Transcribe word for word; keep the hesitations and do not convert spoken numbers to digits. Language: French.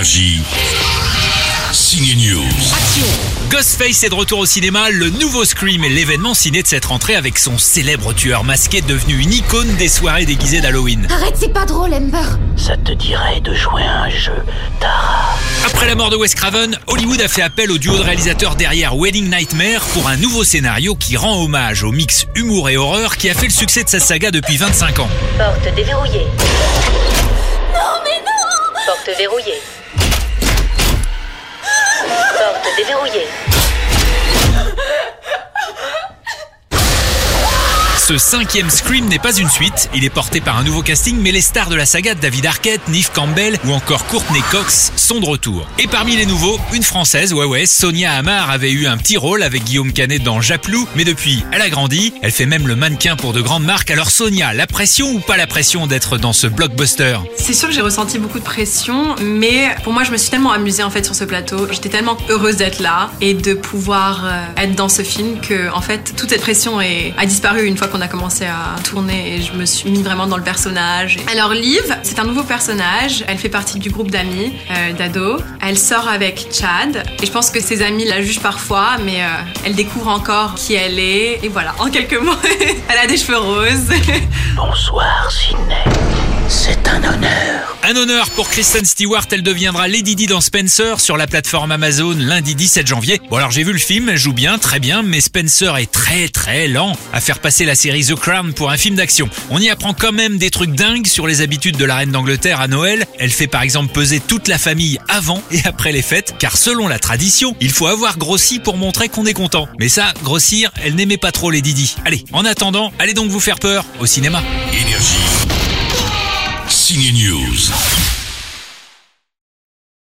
Énergie. Ciné News. Action. Ghostface est de retour au cinéma. Le nouveau Scream est l'événement ciné de cette rentrée avec son célèbre tueur masqué devenu une icône des soirées déguisées d'Halloween. Arrête, c'est pas drôle, Amber. Ça te dirait de jouer à un jeu, Tara? Après la mort de Wes Craven, Hollywood a fait appel au duo de réalisateurs derrière Wedding Nightmare pour un nouveau scénario qui rend hommage au mix humour et horreur qui a fait le succès de sa saga depuis vingt-cinq ans. Porte déverrouillée. Non, mais non. Porte verrouillée. Porte déverrouillée. Ce cinquième Scream n'est pas une suite, il est porté par un nouveau casting, mais les stars de la saga, David Arquette, Neve Campbell ou encore Courtney Cox sont de retour. Et parmi les nouveaux, une française, ouais ouais, Sonia Amar avait eu un petit rôle avec Guillaume Canet dans Japlou, mais depuis, elle a grandi, elle fait même le mannequin pour de grandes marques. Alors Sonia, la pression ou pas la pression d'être dans ce blockbuster? C'est sûr que j'ai ressenti beaucoup de pression, mais pour moi je me suis tellement amusée en fait sur ce plateau, j'étais tellement heureuse d'être là et de pouvoir euh, être dans ce film que en fait toute cette pression est, a disparu une fois qu'on a commencé à tourner et je me suis mis vraiment dans le personnage. Alors Liv, c'est un nouveau personnage, elle fait partie du groupe d'amis, euh, d'ados. Elle sort avec Chad et je pense que ses amis la jugent parfois, mais euh, elle découvre encore qui elle est et voilà, en quelques mots, elle a des cheveux roses. Bonsoir, Sydney. C'est un honneur. Un honneur pour Kristen Stewart, elle deviendra Lady Di dans Spencer sur la plateforme Amazon lundi dix-sept janvier. Bon alors j'ai vu le film, elle joue bien, très bien, mais Spencer est très très lent à faire passer la série The Crown pour un film d'action. On y apprend quand même des trucs dingues sur les habitudes de la reine d'Angleterre à Noël. Elle fait par exemple peser toute la famille avant et après les fêtes, car selon la tradition, il faut avoir grossi pour montrer qu'on est content. Mais ça, grossir, elle n'aimait pas trop Lady Di. Allez, en attendant, allez donc vous faire peur au cinéma. Énergie. Ciné News.